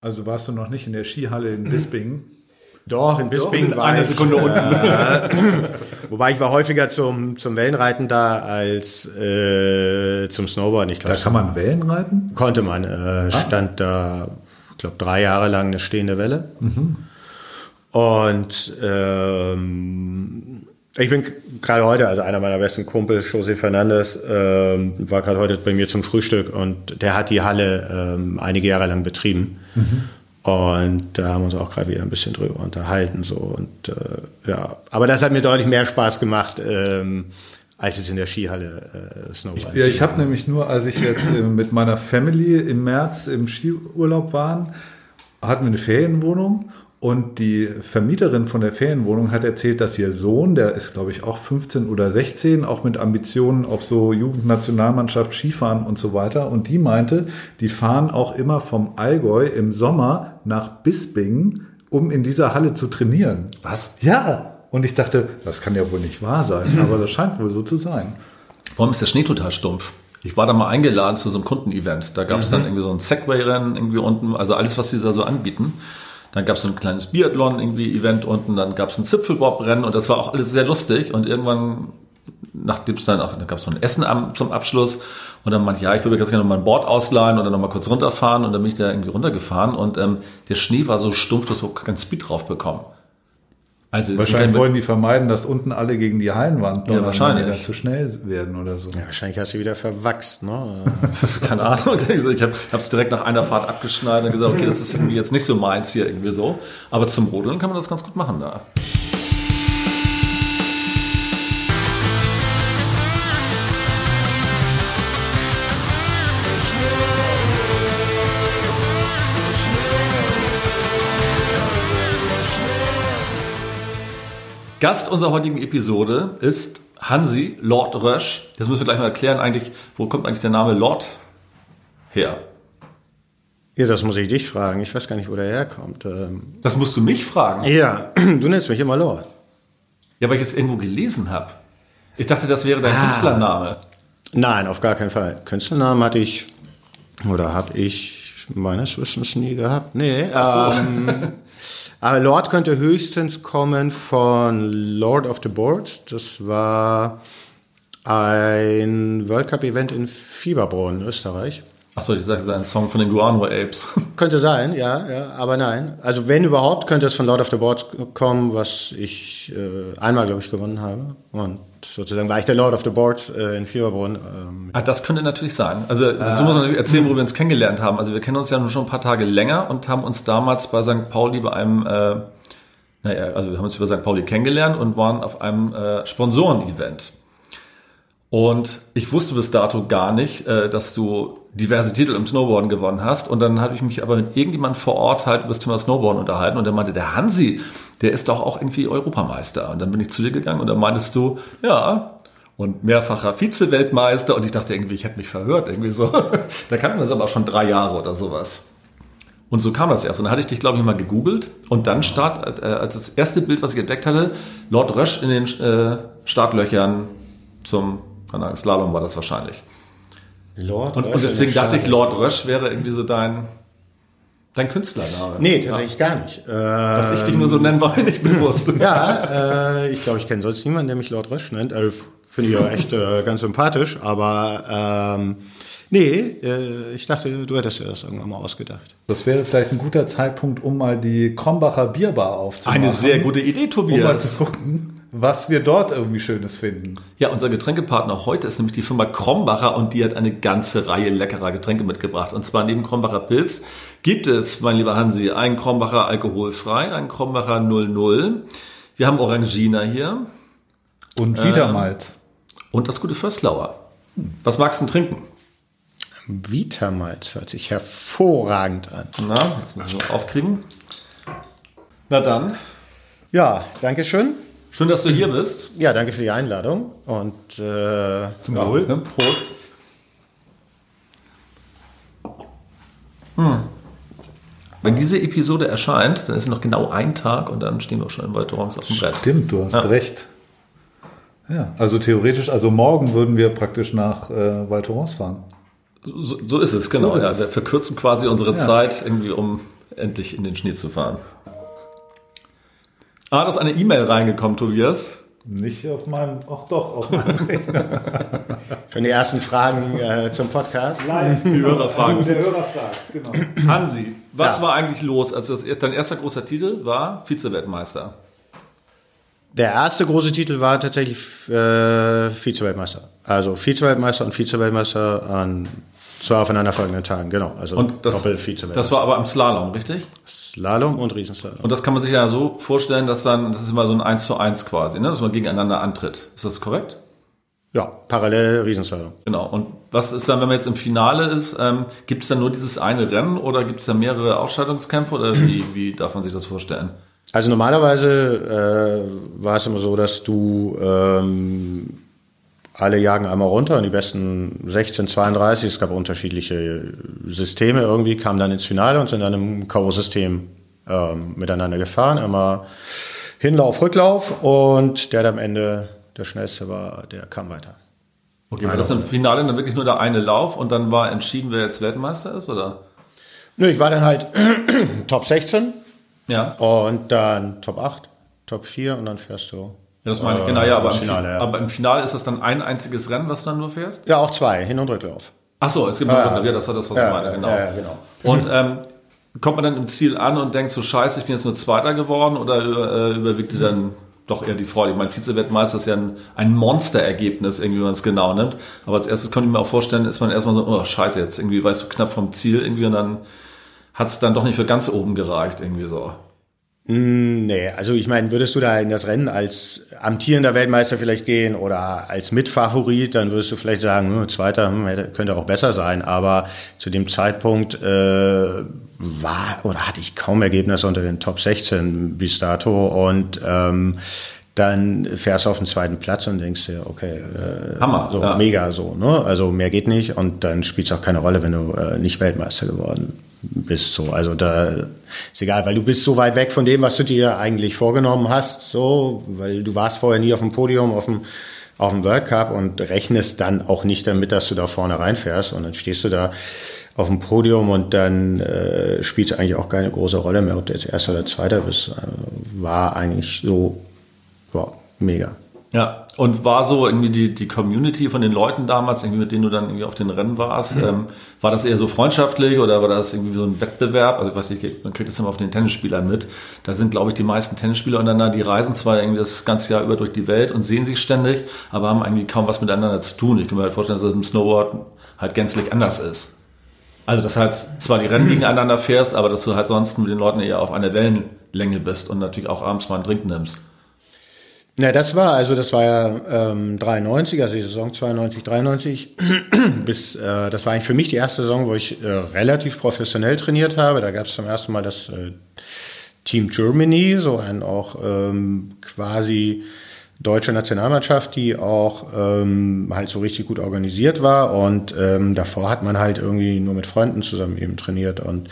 Also warst du noch nicht in der Skihalle in Bisping? Doch, in Bisping war eine ich. Sekunde unten. Wobei ich war häufiger zum Wellenreiten da als zum Snowboarden. Ich glaub, Da kann man Wellen reiten? konnte man. Stand da, ich glaube, 3 Jahre lang eine stehende Welle. Und ich bin gerade heute, also einer meiner besten Kumpel, José Fernandes, war gerade heute bei mir zum Frühstück und der hat die Halle einige Jahre lang betrieben. Und da haben wir uns auch gerade wieder ein bisschen drüber unterhalten. So. Und ja, aber das hat mir deutlich mehr Spaß gemacht, als jetzt in der Skihalle Snowboard. Ja, ich habe nämlich nur, als ich jetzt mit meiner Family im März im Skiurlaub waren, hatten wir eine Ferienwohnung. Und die Vermieterin von der Ferienwohnung hat erzählt, dass ihr Sohn, der ist, glaube ich, auch 15 oder 16, auch mit Ambitionen auf so Jugendnationalmannschaft, Skifahren und so weiter. Und die meinte, die fahren auch immer vom Allgäu im Sommer nach Bisping, um in dieser Halle zu trainieren. Was? Ja. Und ich dachte, das kann ja wohl nicht wahr sein, aber das scheint wohl so zu sein. Vor allem ist der Schnee total stumpf. Ich war da mal eingeladen zu so einem Kundenevent. Da gab es dann irgendwie so ein Segway-Rennen irgendwie unten, also alles, was sie da so anbieten. Dann gab es so ein kleines Biathlon-Event unten, dann gab es ein Zipfelbob-Rennen und das war auch alles sehr lustig. Und irgendwann, nachdem es dann gab es so ein Essen zum Abschluss und dann meinte ich, ja, ich würde ganz gerne noch mal ein Board ausleihen und dann noch mal kurz runterfahren und dann bin ich da irgendwie runtergefahren und der Schnee war so stumpf, dass wir keinen Speed drauf bekommen. Also Wahrscheinlich wollen die vermeiden, dass unten alle gegen die Hallenwand Ja, wahrscheinlich. Wenn die da zu schnell werden oder so. Ja, wahrscheinlich hast du wieder verwachst, ne? Keine Ahnung. Ich habe es direkt nach einer Fahrt abgeschnallt und gesagt, okay, das ist irgendwie jetzt nicht so meins hier irgendwie so. Aber zum Rodeln kann man das ganz gut machen da. Gast unserer heutigen Episode ist Hansi Lord Rösch. Das müssen wir gleich mal erklären eigentlich, wo kommt eigentlich der Name Lord her? Ja, das muss ich dich fragen. Ich weiß gar nicht, wo der herkommt. Das musst du mich fragen. Ja, du nennst mich immer Lord. Ja, weil ich es irgendwo gelesen habe. Ich dachte, das wäre dein Künstlername. Nein, auf gar keinen Fall. Künstlernamen hatte ich oder habe ich meines Wissens nie gehabt. Nee, aber Lord könnte höchstens kommen von Lord of the Boards. Das war ein World Cup Event in Fieberbrunn, Österreich. Achso, ich sagte, das ist ein Song von den Guano Apes. Könnte sein, ja, aber nein. Also wenn überhaupt, könnte es von Lord of the Boards kommen, was ich einmal, glaube ich, gewonnen habe. Und sozusagen war ich der Lord of the Boards in Fieberbrunn. Das könnte natürlich sein. Also so muss man natürlich erzählen, wo wir uns kennengelernt haben. Also wir kennen uns ja nun schon ein paar Tage länger und haben uns damals bei St. Pauli bei einem, also wir haben uns über St. Pauli kennengelernt und waren auf einem Sponsoren-Event. Und ich wusste bis dato gar nicht, dass du diverse Titel im Snowboarden gewonnen hast. Und dann habe ich mich aber mit irgendjemandem vor Ort halt über das Thema Snowboarden unterhalten. Und der meinte, der Hansi, der ist doch auch irgendwie Europameister. Und dann bin ich zu dir gegangen und dann meintest du, ja, und mehrfacher Vize-Weltmeister. Und ich dachte irgendwie, ich hätte mich verhört, irgendwie so. Da kannten wir das aber auch schon 3 Jahre oder sowas. Und so kam das erst. Und dann hatte ich dich, glaube ich, mal gegoogelt. Und dann als das erste Bild, was ich entdeckt hatte, Lord Rösch in den Startlöchern zum Slalom war das wahrscheinlich. Und deswegen dachte ich, Lord Rösch wäre irgendwie so dein Künstlername. Nee, tatsächlich gar nicht. Dass ich dich nur so nennen, war mir nicht bewusst. Ja, ich glaube, ich kenne sonst niemanden, der mich Lord Rösch nennt. Finde ich auch echt ganz sympathisch. Aber ich dachte, du hättest dir das irgendwann mal ausgedacht. Das wäre vielleicht ein guter Zeitpunkt, um mal die Krombacher Bierbar aufzumachen. Eine sehr gute Idee, Tobias. Um mal zu gucken, was wir dort irgendwie Schönes finden. Ja, unser Getränkepartner heute ist nämlich die Firma Krombacher und die hat eine ganze Reihe leckerer Getränke mitgebracht. Und zwar neben Krombacher Pilz gibt es, mein lieber Hansi, einen Krombacher alkoholfrei, einen Krombacher 00. Wir haben Orangina hier. Und Vitamalt. Und das gute Fösslauer. Was magst du denn trinken? Vitamalt hört sich hervorragend an. Na, jetzt müssen wir aufkriegen. Na dann. Ja, danke schön. Schön, dass du hier bist. Ja, danke für die Einladung. Und zum Wohl. Ne? Prost. Wenn diese Episode erscheint, dann ist es noch genau ein Tag und dann stehen wir auch schon in Waldorans auf dem Brett. Stimmt, du hast recht. Ja, also theoretisch, morgen würden wir praktisch nach Val Thorens fahren. So ist es, genau. So ist es. es. Wir verkürzen quasi unsere Zeit irgendwie um endlich in den Schnee zu fahren. Da ist eine E-Mail reingekommen, Tobias. Nicht auf meinem, ach doch, auf meinem. Schon die ersten Fragen zum Podcast. Live. Die Hörerfragen. Der Hörer fragt, genau. Hansi, was war eigentlich los, als dein erster großer Titel war Vize-Weltmeister? Der erste große Titel war tatsächlich Vize-Weltmeister. Also Vize-Weltmeister und Vize-Weltmeister an 2 aufeinanderfolgenden Tagen, genau. Also und Doppel-Vize-Weltmeister. Das war aber im Slalom, richtig? Slalom und Riesenslalom. Und das kann man sich ja so vorstellen, das ist immer so ein 1:1 quasi, ne? Dass man gegeneinander antritt. Ist das korrekt? Ja, parallel Riesenslalom. Genau. Und was ist dann, wenn man jetzt im Finale ist, gibt es dann nur dieses eine Rennen oder gibt es da mehrere Ausscheidungskämpfe oder wie darf man sich das vorstellen? Also normalerweise war es immer so, dass du alle jagen einmal runter und die besten 16, 32, es gab unterschiedliche Systeme irgendwie, kamen dann ins Finale und sind dann im K.O.-System miteinander gefahren. Einmal Hinlauf, Rücklauf und der am Ende der schnellste war, der kam weiter. Okay, war das im Finale dann wirklich nur der eine Lauf und dann war entschieden, wer jetzt Weltmeister ist, oder? Nö, ich war dann halt Top 16 Ja. und dann Top 8, Top 4 und dann fährst du. Ja, das meine ich, genau, ja, Finale, aber im Finale ist das dann ein einziges Rennen, was du dann nur fährst? Ja, auch 2, Hin- und Rücklauf. Ach so, es gibt noch ja, das war das, was ich meine, genau. Ja, genau. Und kommt man dann im Ziel an und denkt so, scheiße, ich bin jetzt nur Zweiter geworden oder überwiegt dir dann doch eher die Freude? Ich meine, Vize-Weltmeister ist ja ein Monsterergebnis, irgendwie, wenn man es genau nimmt. Aber als erstes konnte ich mir auch vorstellen, ist man erstmal so, oh scheiße, jetzt irgendwie, weißt du, knapp vom Ziel irgendwie und dann hat es dann doch nicht für ganz oben gereicht, irgendwie so. Nee, also ich meine, würdest du da in das Rennen als amtierender Weltmeister vielleicht gehen oder als Mitfavorit, dann würdest du vielleicht sagen, Zweiter könnte auch besser sein, aber zu dem Zeitpunkt hatte ich kaum Ergebnisse unter den Top 16 bis dato und dann fährst du auf den zweiten Platz und denkst dir, okay, Hammer, so ja. Mega so, ne? Also mehr geht nicht und dann spielt es auch keine Rolle, wenn du nicht Weltmeister geworden bist. So, also da ist egal, weil du bist so weit weg von dem, was du dir eigentlich vorgenommen hast, so, weil du warst vorher nie auf dem Podium, auf dem World Cup und rechnest dann auch nicht damit, dass du da vorne reinfährst und dann stehst du da auf dem Podium und dann spielt es eigentlich auch keine große Rolle mehr, ob du jetzt Erster oder Zweiter bist. War eigentlich so, wow, mega. Ja, und war so irgendwie die Community von den Leuten damals, irgendwie mit denen du dann irgendwie auf den Rennen warst, war das eher so freundschaftlich oder war das irgendwie so ein Wettbewerb? Also ich weiß nicht, man kriegt das immer auf den Tennisspielern mit. Da sind, glaube ich, die meisten Tennisspieler untereinander, die reisen zwar irgendwie das ganze Jahr über durch die Welt und sehen sich ständig, aber haben irgendwie kaum was miteinander zu tun. Ich kann mir halt vorstellen, dass das im Snowboard halt gänzlich anders ist. Also dass halt zwar die Rennen gegeneinander fährst, aber dass du halt sonst mit den Leuten eher auf einer Wellenlänge bist und natürlich auch abends mal einen Drink nimmst. Na, das war ja 93, also die Saison 92, 93. Das war eigentlich für mich die erste Saison, wo ich relativ professionell trainiert habe. Da gab es zum ersten Mal das Team Germany, so ein auch quasi deutsche Nationalmannschaft, die auch halt so richtig gut organisiert war. Und davor hat man halt irgendwie nur mit Freunden zusammen eben trainiert. Und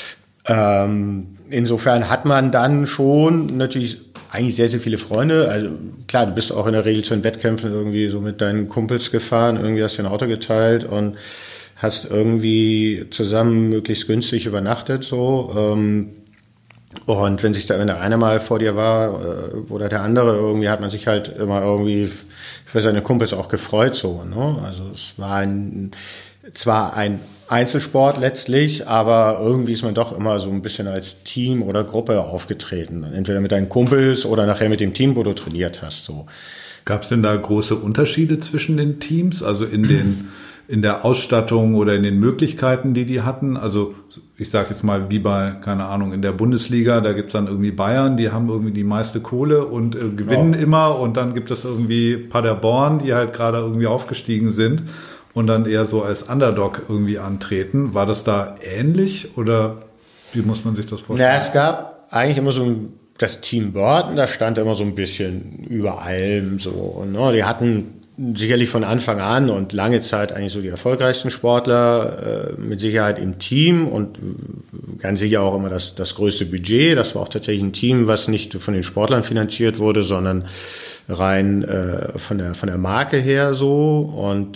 insofern hat man dann schon natürlich eigentlich sehr, sehr viele Freunde. Also klar, du bist auch in der Regel zu den Wettkämpfen irgendwie so mit deinen Kumpels gefahren, irgendwie hast du ein Auto geteilt und hast irgendwie zusammen möglichst günstig übernachtet so. Und wenn der eine mal vor dir war oder der andere, irgendwie hat man sich halt immer irgendwie für seine Kumpels auch gefreut so. Ne? Also es war zwar ein Einzelsport letztlich, aber irgendwie ist man doch immer so ein bisschen als Team oder Gruppe aufgetreten. Entweder mit deinen Kumpels oder nachher mit dem Team, wo du trainiert hast. So. Gab es denn da große Unterschiede zwischen den Teams, also in der Ausstattung oder in den Möglichkeiten, die hatten? Also ich sage jetzt mal wie bei, keine Ahnung, in der Bundesliga, da gibt's dann irgendwie Bayern, die haben irgendwie die meiste Kohle und gewinnen immer und dann gibt es irgendwie Paderborn, die halt gerade irgendwie aufgestiegen sind und dann eher so als Underdog irgendwie antreten. War das da ähnlich oder wie muss man sich das vorstellen? Na, es gab eigentlich immer so das Team Burton, da stand immer so ein bisschen über allem so. Ne? Die hatten sicherlich von Anfang an und lange Zeit eigentlich so die erfolgreichsten Sportler mit Sicherheit im Team und ganz sicher auch immer das größte Budget. Das war auch tatsächlich ein Team, was nicht von den Sportlern finanziert wurde, sondern rein von der Marke her so. Und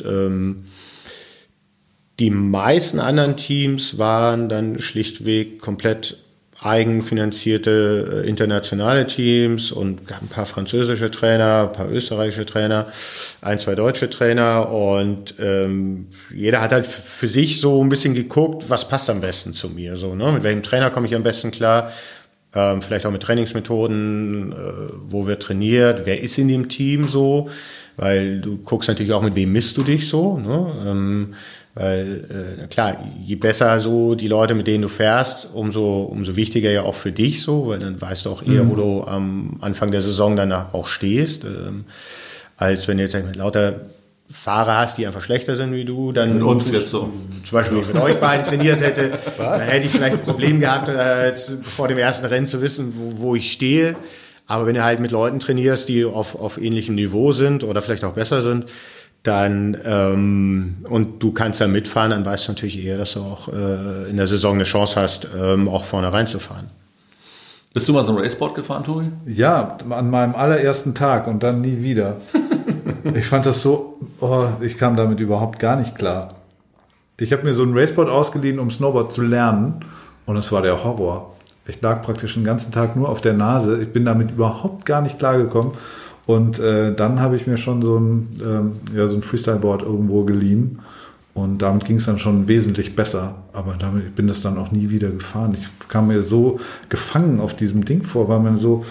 die meisten anderen Teams waren dann schlichtweg komplett eigenfinanzierte internationale Teams und gab ein paar französische Trainer, ein paar österreichische Trainer, 1, 2 deutsche Trainer und jeder hat halt für sich so ein bisschen geguckt, was passt am besten zu mir, so, ne? Mit welchem Trainer komme ich am besten klar, vielleicht auch mit Trainingsmethoden, wo wird trainiert, wer ist in dem Team so, weil du guckst natürlich auch, mit wem misst du dich so, ne? Weil, klar, je besser so die Leute, mit denen du fährst, umso wichtiger ja auch für dich so, weil dann weißt du auch eher, wo du am Anfang der Saison dann auch stehst, als wenn du jetzt mit lauter Fahrer hast, die einfach schlechter sind wie du, dann mit uns jetzt so. Zum Beispiel mit euch beiden trainiert hätte, dann hätte ich vielleicht ein Problem gehabt, vor dem ersten Rennen zu wissen, wo ich stehe. Aber wenn du halt mit Leuten trainierst, die auf ähnlichem Niveau sind oder vielleicht auch besser sind, dann und du kannst da mitfahren, dann weißt du natürlich eher, dass du auch in der Saison eine Chance hast, auch vorne reinzufahren. Bist du mal so ein Raceboard gefahren, Tobi? Ja, an meinem allerersten Tag und dann nie wieder. Ich fand das so, ich kam damit überhaupt gar nicht klar. Ich habe mir so ein Raceboard ausgeliehen, um Snowboard zu lernen und es war der Horror. Ich lag praktisch den ganzen Tag nur auf der Nase. Ich bin damit überhaupt gar nicht klargekommen. Und dann habe ich mir schon so ein Freestyle-Board irgendwo geliehen. Und damit ging es dann schon wesentlich besser. Aber damit bin das dann auch nie wieder gefahren. Ich kam mir so gefangen auf diesem Ding vor, weil man so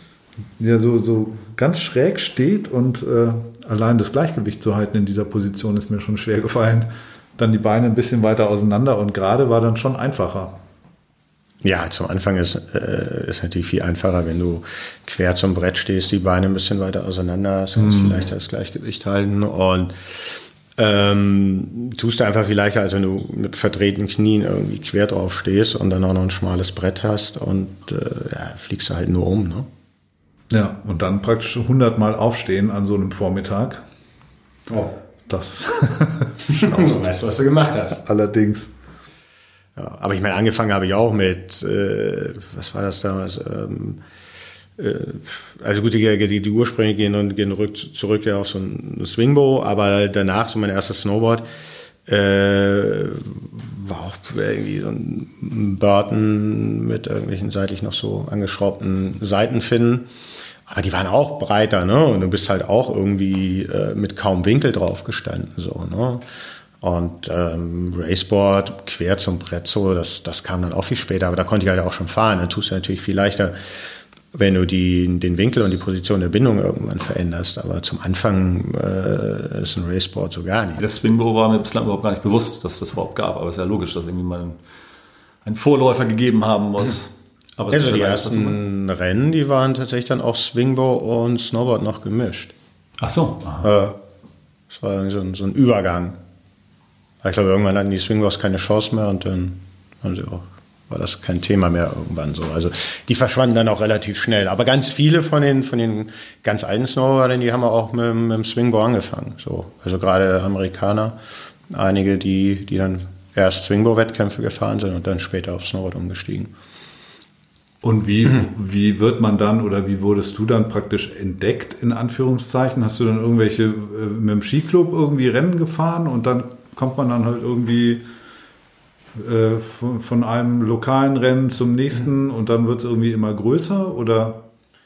ganz schräg steht und allein das Gleichgewicht zu halten in dieser Position ist mir schon schwer gefallen. Dann die Beine ein bisschen weiter auseinander und gerade war dann schon einfacher. Ja, zum Anfang ist natürlich viel einfacher, wenn du quer zum Brett stehst, die Beine ein bisschen weiter auseinander hast, kannst vielleicht das Gleichgewicht halten und tust du einfach viel leichter, als wenn du mit verdrehten Knien irgendwie quer drauf stehst und dann auch noch ein schmales Brett hast und fliegst du halt nur um, ne? Ja, und dann praktisch 100 Mal aufstehen an so einem Vormittag. Oh. Das du weißt, was du gemacht hast. Allerdings. Ja, aber ich meine, angefangen habe ich auch mit, was war das damals? Also gut, die Ursprünge gehen zurück ja auf so ein Swingbow, aber danach so mein erstes Snowboard war auch irgendwie so ein Burton mit irgendwelchen seitlich noch so angeschraubten Seitenfinnen. Aber die waren auch breiter, ne? Und du bist halt auch irgendwie mit kaum Winkel drauf gestanden, so, ne? Und Raceboard quer zum Brett, so, das kam dann auch viel später, aber da konnte ich halt auch schon fahren. Dann tust du natürlich viel leichter, wenn du den Winkel und die Position der Bindung irgendwann veränderst. Aber zum Anfang ist ein Raceboard so gar nicht. Das Swingbow war mir bislang überhaupt gar nicht bewusst, dass das überhaupt gab. Aber es ist ja logisch, dass irgendwie mal ein Vorläufer gegeben haben muss. Aber also die ersten Rennen, die waren tatsächlich dann auch Swingbow und Snowboard noch gemischt. Ach so. Das war irgendwie so ein Übergang. Ich glaube, irgendwann hatten die Swingbows keine Chance mehr und dann war das kein Thema mehr irgendwann so. Also die verschwanden dann auch relativ schnell. Aber ganz viele von den ganz alten Snowboardern, die haben auch mit dem Swingbow angefangen. So. Also gerade Amerikaner, einige, die dann erst Swingbow-Wettkämpfe gefahren sind und dann später auf Snowboard umgestiegen. Und wie wird man dann oder wie wurdest du dann praktisch entdeckt, in Anführungszeichen? Hast du dann irgendwelche mit dem Skiclub irgendwie Rennen gefahren und dann kommt man dann halt irgendwie von einem lokalen Rennen zum nächsten und dann wird es irgendwie immer größer, oder?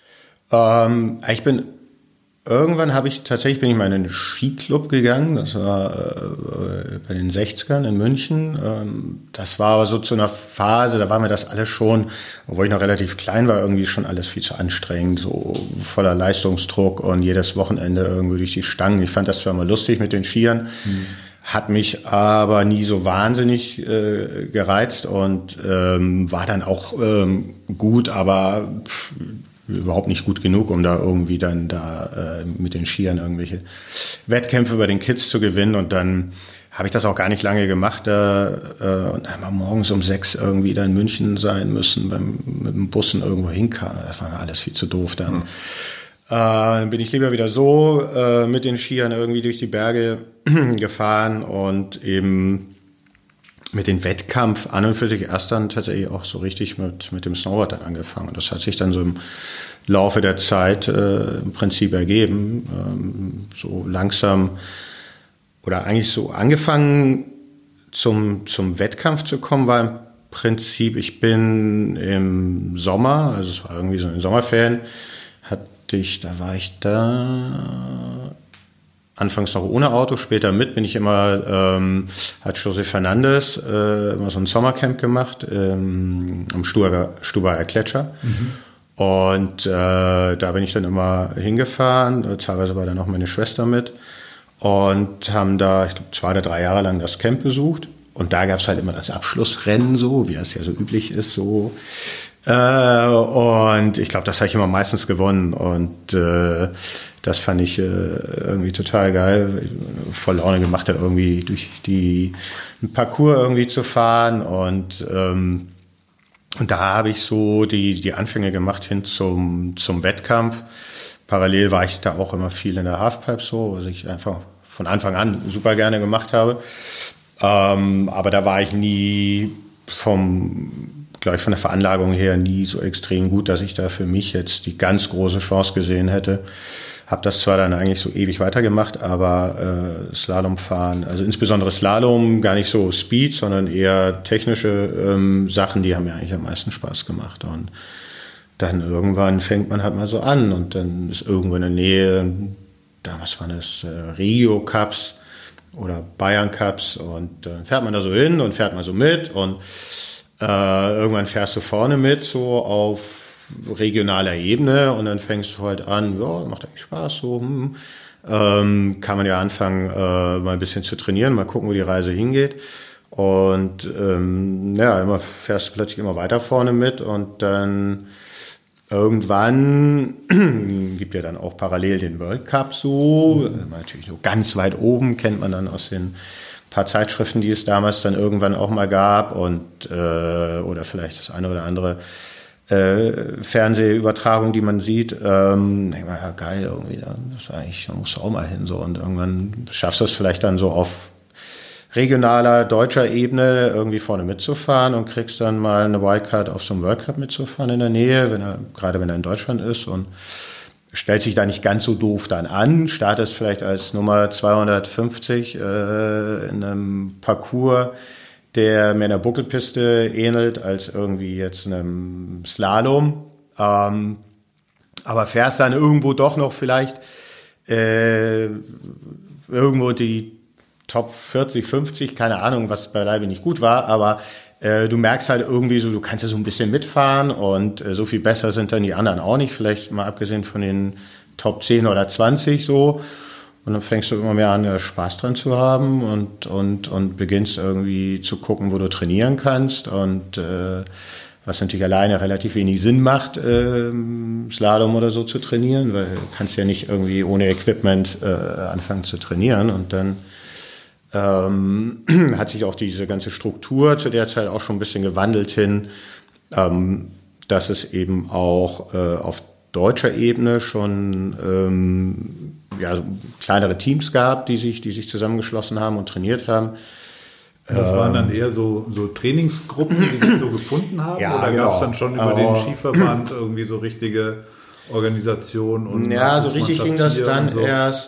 Irgendwann bin ich mal in einen Skiclub gegangen, das war bei den 60ern in München. Das war aber so zu einer Phase, da war mir das alles schon, obwohl ich noch relativ klein war, irgendwie schon alles viel zu anstrengend, so voller Leistungsdruck und jedes Wochenende irgendwie durch die Stangen. Ich fand das zwar mal lustig mit den Skiern, hat mich aber nie so wahnsinnig gereizt und war dann auch gut, aber überhaupt nicht gut genug, um da irgendwie dann mit den Skiern irgendwelche Wettkämpfe über den Kids zu gewinnen. Und dann habe ich das auch gar nicht lange gemacht und einmal morgens um 6 irgendwie da in München sein müssen, mit dem Bus irgendwo hinkam. Das war mir alles viel zu doof dann. Dann bin ich lieber wieder so mit den Skiern irgendwie durch die Berge gefahren und eben mit dem Wettkampf an und für sich erst dann tatsächlich auch so richtig mit dem Snowboard dann angefangen. Und das hat sich dann so im Laufe der Zeit im Prinzip ergeben. So langsam oder eigentlich so angefangen zum Wettkampf zu kommen, war im Prinzip, ich bin im Sommer, also es war irgendwie so in den Sommerferien, da war ich da anfangs noch ohne Auto, später mit, bin ich immer, hat José Fernandes immer so ein Sommercamp gemacht am Stubaier Gletscher. Und da bin ich dann immer hingefahren, teilweise war dann auch meine Schwester mit und haben da, ich glaube, 2 oder 3 Jahre lang das Camp besucht. Und da gab es halt immer das Abschlussrennen, so wie es ja so üblich ist, so. Und ich glaube, das habe ich immer meistens gewonnen. Und das fand ich irgendwie total geil. Voll Laune gemacht, da irgendwie durch den Parcours irgendwie zu fahren. Und da habe ich so die Anfänge gemacht hin zum Wettkampf. Parallel war ich da auch immer viel in der Halfpipe so, was ich einfach von Anfang an super gerne gemacht habe. Aber da war ich nie von der Veranlagung her nie so extrem gut, dass ich da für mich jetzt die ganz große Chance gesehen hätte. Habe das zwar dann eigentlich so ewig weitergemacht, aber Slalomfahren, also insbesondere Slalom, gar nicht so Speed, sondern eher technische Sachen, die haben mir eigentlich am meisten Spaß gemacht. Und dann irgendwann fängt man halt mal so an und dann ist irgendwo in der Nähe, damals waren es Regio Cups oder Bayern Cups und dann fährt man da so hin und fährt mal so mit und irgendwann fährst du vorne mit, so auf regionaler Ebene und dann fängst du halt an, ja, macht eigentlich Spaß, so, kann man ja anfangen, mal ein bisschen zu trainieren, mal gucken, wo die Reise hingeht und immer fährst du plötzlich immer weiter vorne mit und dann irgendwann gibt ja dann auch parallel den World Cup so, natürlich nur ganz weit oben, kennt man dann aus den paar Zeitschriften, die es damals dann irgendwann auch mal gab und oder vielleicht das eine oder andere Fernsehübertragung, die man sieht, denkt man, ja geil, irgendwie, da musst du auch mal hin so und irgendwann schaffst du es vielleicht dann so auf regionaler, deutscher Ebene irgendwie vorne mitzufahren und kriegst dann mal eine Wildcard auf so einem World Cup mitzufahren in der Nähe, gerade wenn er in Deutschland ist und stellt sich da nicht ganz so doof dann an, startest vielleicht als Nummer 250 in einem Parcours, der mehr einer Buckelpiste ähnelt als irgendwie jetzt einem Slalom, aber fährst dann irgendwo doch noch vielleicht irgendwo die Top 40, 50, keine Ahnung, was beileibe nicht gut war, aber du merkst halt irgendwie so, du kannst ja so ein bisschen mitfahren und so viel besser sind dann die anderen auch nicht, vielleicht mal abgesehen von den Top 10 oder 20 so. Und dann fängst du immer mehr an, Spaß dran zu haben und beginnst irgendwie zu gucken, wo du trainieren kannst und was natürlich alleine relativ wenig Sinn macht, Slalom oder so zu trainieren, weil du kannst ja nicht irgendwie ohne Equipment anfangen zu trainieren und dann hat sich auch diese ganze Struktur zu der Zeit auch schon ein bisschen gewandelt hin, dass es eben auch auf deutscher Ebene schon kleinere Teams gab, die sich zusammengeschlossen haben und trainiert haben. Das waren dann eher so Trainingsgruppen, die sich so gefunden haben? Ja, oder genau. gab es dann schon über den Skiverband irgendwie so richtige Organisationen? Und ja, so richtig ging das dann so erst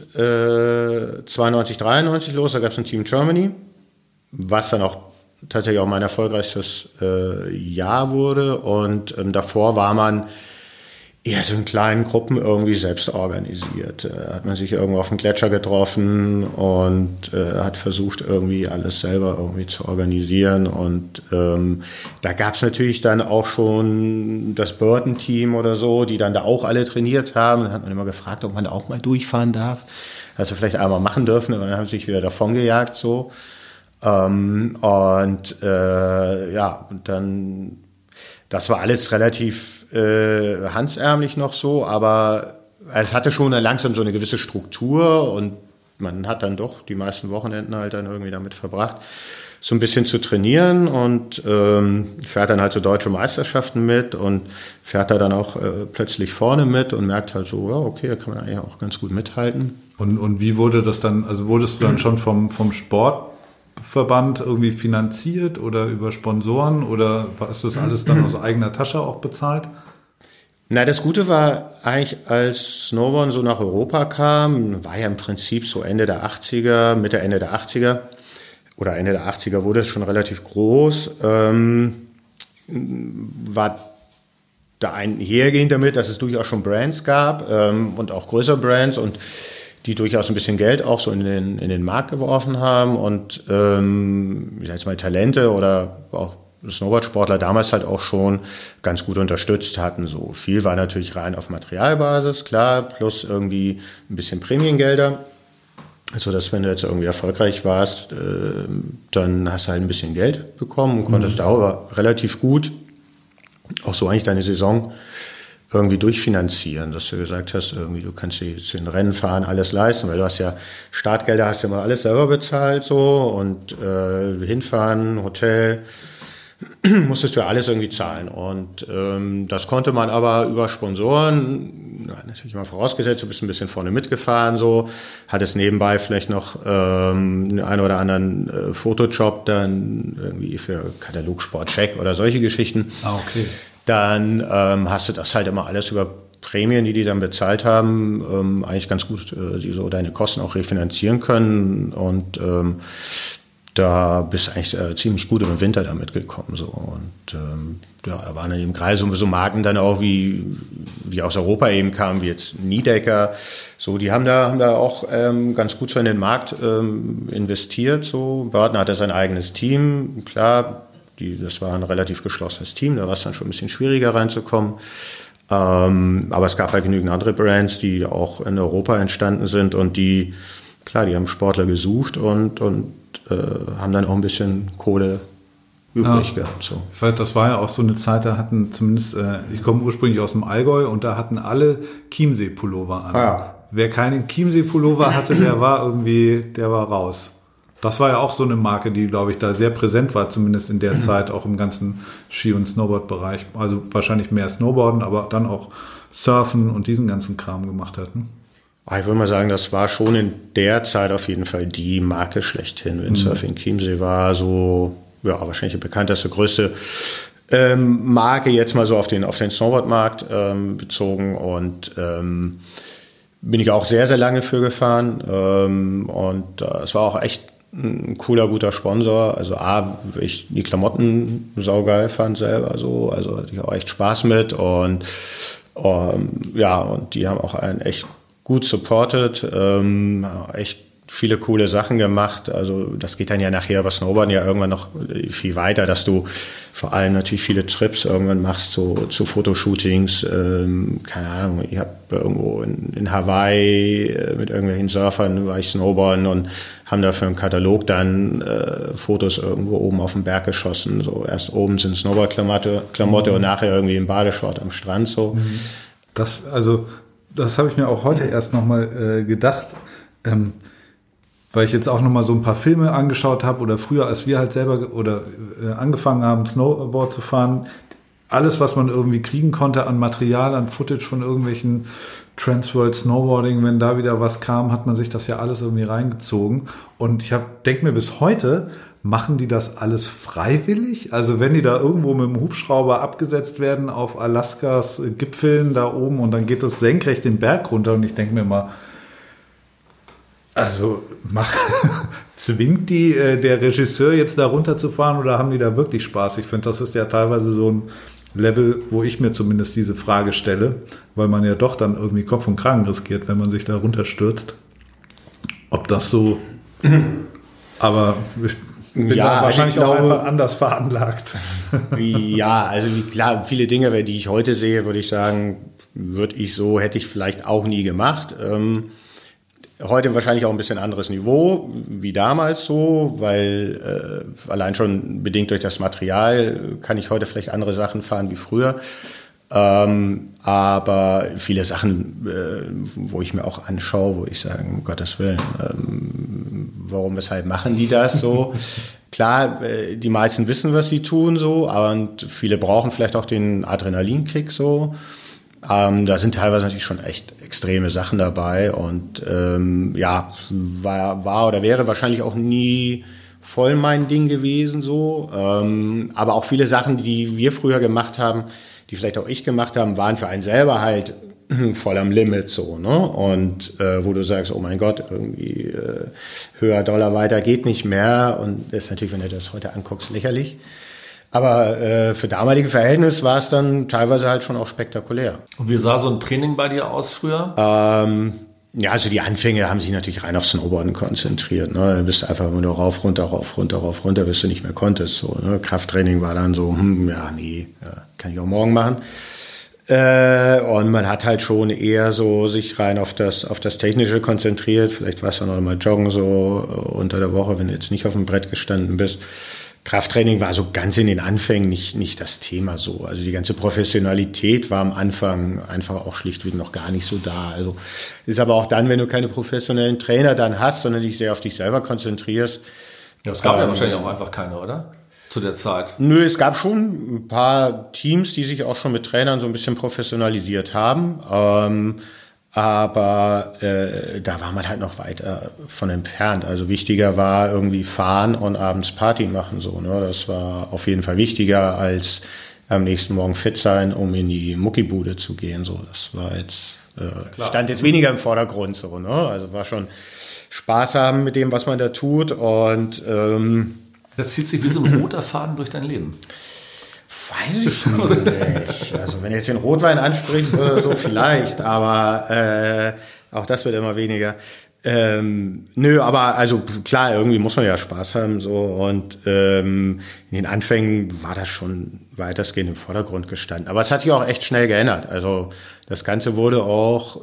92, 93 los, da gab es ein Team Germany, was dann auch tatsächlich auch mein erfolgreichstes Jahr wurde und davor war man eher so in kleinen Gruppen irgendwie selbst organisiert. Hat man sich irgendwo auf dem Gletscher getroffen und hat versucht irgendwie alles selber irgendwie zu organisieren und da gab es natürlich dann auch schon das Burton-Team oder so, die dann da auch alle trainiert haben. Dann hat man immer gefragt, ob man da auch mal durchfahren darf. Also vielleicht einmal machen dürfen, aber dann haben sie sich wieder davongejagt so. Und dann, das war alles relativ handärmlich noch so, aber es hatte schon langsam so eine gewisse Struktur und man hat dann doch die meisten Wochenenden halt dann irgendwie damit verbracht, so ein bisschen zu trainieren und fährt dann halt so deutsche Meisterschaften mit und fährt da dann auch plötzlich vorne mit und merkt halt so, ja, okay, da kann man eigentlich auch ganz gut mithalten. Und wie wurde das dann, also wurdest du dann schon vom Sportverband irgendwie finanziert oder über Sponsoren oder hast du das alles dann aus eigener Tasche auch bezahlt? Na, das Gute war eigentlich, als Snowboard so nach Europa kam, war ja im Prinzip so Ende der 80er, Mitte, Ende der 80er oder Ende der 80er wurde es schon relativ groß, war da einhergehend damit, dass es durchaus schon Brands gab und auch größere Brands und die durchaus ein bisschen Geld auch so in den Markt geworfen haben und ich sag jetzt mal Talente oder auch Snowboardsportler damals halt auch schon ganz gut unterstützt hatten. So viel war natürlich rein auf Materialbasis, klar, plus irgendwie ein bisschen Prämiengelder. Also, dass wenn du jetzt irgendwie erfolgreich warst, dann hast du halt ein bisschen Geld bekommen und konntest auch relativ gut auch so eigentlich deine Saison irgendwie durchfinanzieren, dass du gesagt hast, irgendwie du kannst jetzt den Rennen fahren, alles leisten, weil du hast ja Startgelder, hast ja immer alles selber bezahlt so und hinfahren, Hotel, musstest du ja alles irgendwie zahlen und das konnte man aber über Sponsoren, natürlich immer vorausgesetzt, du bist ein bisschen vorne mitgefahren, so, hattest nebenbei vielleicht noch einen oder anderen Fotojob dann irgendwie für Katalogsport-Check oder solche Geschichten. Ah, okay. Dann hast du das halt immer alles über Prämien, die dann bezahlt haben, eigentlich ganz gut die so deine Kosten auch refinanzieren können und da bist du eigentlich ziemlich gut im Winter damit gekommen. So. Und da waren in dem Kreis so Marken dann auch, wie aus Europa eben kamen, wie jetzt Niedecker. So, die haben da auch ganz gut so in den Markt investiert. So. Burton hatte sein eigenes Team. Klar, das war ein relativ geschlossenes Team, da war es dann schon ein bisschen schwieriger reinzukommen. Aber es gab halt genügend andere Brands, die auch in Europa entstanden sind und die haben Sportler gesucht und haben dann auch ein bisschen Kohle übrig gehabt. So. Ich weiß, das war ja auch so eine Zeit, da hatten zumindest, ich komme ursprünglich aus dem Allgäu und da hatten alle Chiemsee-Pullover an. Ja. Wer keinen Chiemsee-Pullover hatte, der war raus. Das war ja auch so eine Marke, die, glaube ich, da sehr präsent war, zumindest in der Zeit, auch im ganzen Ski- und Snowboard-Bereich. Also wahrscheinlich mehr Snowboarden, aber dann auch Surfen und diesen ganzen Kram gemacht hat. Ne? Ich würde mal sagen, das war schon in der Zeit auf jeden Fall die Marke schlechthin. Windsurfing Chiemsee war so, ja, wahrscheinlich die bekannteste, größte Marke jetzt mal so auf den Snowboard-Markt bezogen und bin ich auch sehr, sehr lange für gefahren und es war auch echt ein cooler, guter Sponsor. Also ich die Klamotten saugeil fand selber so, also hatte ich auch echt Spaß mit und ja, und die haben auch einen echt gut supported, echt viele coole Sachen gemacht. Also das geht dann ja nachher über Snowboarden ja irgendwann noch viel weiter, dass du vor allem natürlich viele Trips irgendwann machst zu Fotoshootings. Keine Ahnung, ich habe irgendwo in Hawaii mit irgendwelchen Surfern war ich Snowboarden und haben da für einen Katalog dann Fotos irgendwo oben auf den Berg geschossen. So erst oben sind Snowboard-Klamotte und nachher irgendwie im Badeshort am Strand so. Das habe ich mir auch heute erst nochmal gedacht, weil ich jetzt auch nochmal so ein paar Filme angeschaut habe oder früher, als wir halt selber angefangen haben, Snowboard zu fahren, alles, was man irgendwie kriegen konnte an Material, an Footage von irgendwelchen Transworld Snowboarding, wenn da wieder was kam, hat man sich das ja alles irgendwie reingezogen. Und ich denke mir bis heute, machen die das alles freiwillig? Also wenn die da irgendwo mit dem Hubschrauber abgesetzt werden auf Alaskas Gipfeln da oben und dann geht das senkrecht den Berg runter und ich denke mir mal, also zwingt die der Regisseur jetzt da runterzufahren oder haben die da wirklich Spaß? Ich finde, das ist ja teilweise so ein Level, wo ich mir zumindest diese Frage stelle, weil man ja doch dann irgendwie Kopf und Kragen riskiert, wenn man sich da runterstürzt. Ob das so... Aber ich bin da wahrscheinlich auch einfach anders veranlagt. Ja, also klar, viele Dinge, die ich heute sehe, würde ich sagen, hätte ich vielleicht auch nie gemacht. Heute wahrscheinlich auch ein bisschen anderes Niveau wie damals so, weil allein schon bedingt durch das Material kann ich heute vielleicht andere Sachen fahren wie früher. Aber viele Sachen, wo ich mir auch anschaue, wo ich sage, um Gottes Willen, weshalb machen die das so? Klar, die meisten wissen, was sie tun so, und viele brauchen vielleicht auch den Adrenalinkick so. Da sind teilweise natürlich schon echt extreme Sachen dabei und war oder wäre wahrscheinlich auch nie voll mein Ding gewesen so. Aber auch viele Sachen, die wir früher gemacht haben, die vielleicht auch ich gemacht haben, waren für einen selber halt voll am Limit so, ne? Und wo du sagst, oh mein Gott, irgendwie höher, Dollar weiter geht nicht mehr. Und das ist natürlich, wenn du das heute anguckst, lächerlich. Aber für damalige Verhältnisse war es dann teilweise halt schon auch spektakulär. Und wie sah so ein Training bei dir aus früher? Ja, also die Anfänge haben sich natürlich rein auf Snowboarden konzentriert. Ne? Du bist einfach nur rauf, runter, bis du nicht mehr konntest. So, ne? Krafttraining war dann so, kann ich auch morgen machen. Und man hat halt schon eher so sich rein auf das Technische konzentriert. Vielleicht warst du noch mal joggen so unter der Woche, wenn du jetzt nicht auf dem Brett gestanden bist. Krafttraining war so ganz in den Anfängen nicht das Thema so. Also die ganze Professionalität war am Anfang einfach auch schlichtweg noch gar nicht so da. Also ist aber auch dann, wenn du keine professionellen Trainer dann hast, sondern dich sehr auf dich selber konzentrierst. Ja, es gab ja wahrscheinlich auch einfach keine, oder? Zu der Zeit. Nö, es gab schon ein paar Teams, die sich auch schon mit Trainern so ein bisschen professionalisiert haben. Aber da war man halt noch weiter von entfernt. Also wichtiger war irgendwie fahren und abends Party machen. So, ne? Das war auf jeden Fall wichtiger, als am nächsten Morgen fit sein, um in die Muckibude zu gehen. So, das war jetzt stand jetzt weniger im Vordergrund. So, ne? Also war schon Spaß haben mit dem, was man da tut. Und das zieht sich wie so ein roter Faden durch dein Leben. Weiß ich nicht. Also wenn du jetzt den Rotwein ansprichst oder so, vielleicht, aber auch das wird immer weniger. Nö, aber also klar, irgendwie muss man ja Spaß haben so und in den Anfängen war das schon weitestgehend im Vordergrund gestanden. Aber es hat sich auch echt schnell geändert. Also das Ganze wurde auch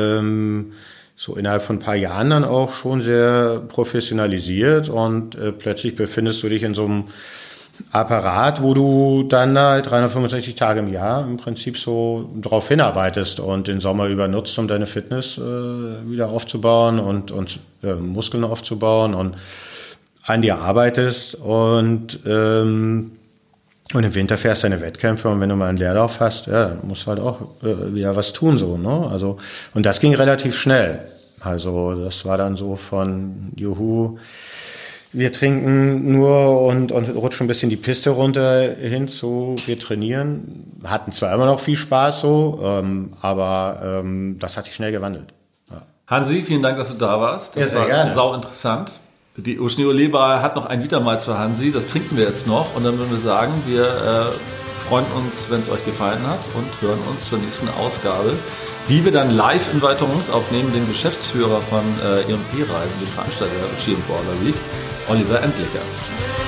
so innerhalb von ein paar Jahren dann auch schon sehr professionalisiert und plötzlich befindest du dich in so einem Apparat, wo du dann halt 365 Tage im Jahr im Prinzip so drauf hinarbeitest und den Sommer über nutzt, um deine Fitness wieder aufzubauen und Muskeln aufzubauen und an dir arbeitest und im Winter fährst deine Wettkämpfe und wenn du mal einen Leerlauf hast, ja, dann musst du halt auch wieder was tun, so, ne? Also, und das ging relativ schnell. Also, das war dann so von Juhu, wir trinken nur und rutschen ein bisschen die Piste runter hin zu, wir trainieren. Hatten zwar immer noch viel Spaß so, aber das hat sich schnell gewandelt. Ja. Hansi, vielen Dank, dass du da warst. Das war gerne. Sau interessant. Die Ocean Ole Bar hat noch ein Vitamalz für Hansi, das trinken wir jetzt noch und dann würden wir sagen, wir freuen uns, wenn es euch gefallen hat und hören uns zur nächsten Ausgabe, die wir dann live in Weiterungs aufnehmen, den Geschäftsführer von E&P Reisen, dem Veranstalter der Ski & Border Week, Oliver Endlicher.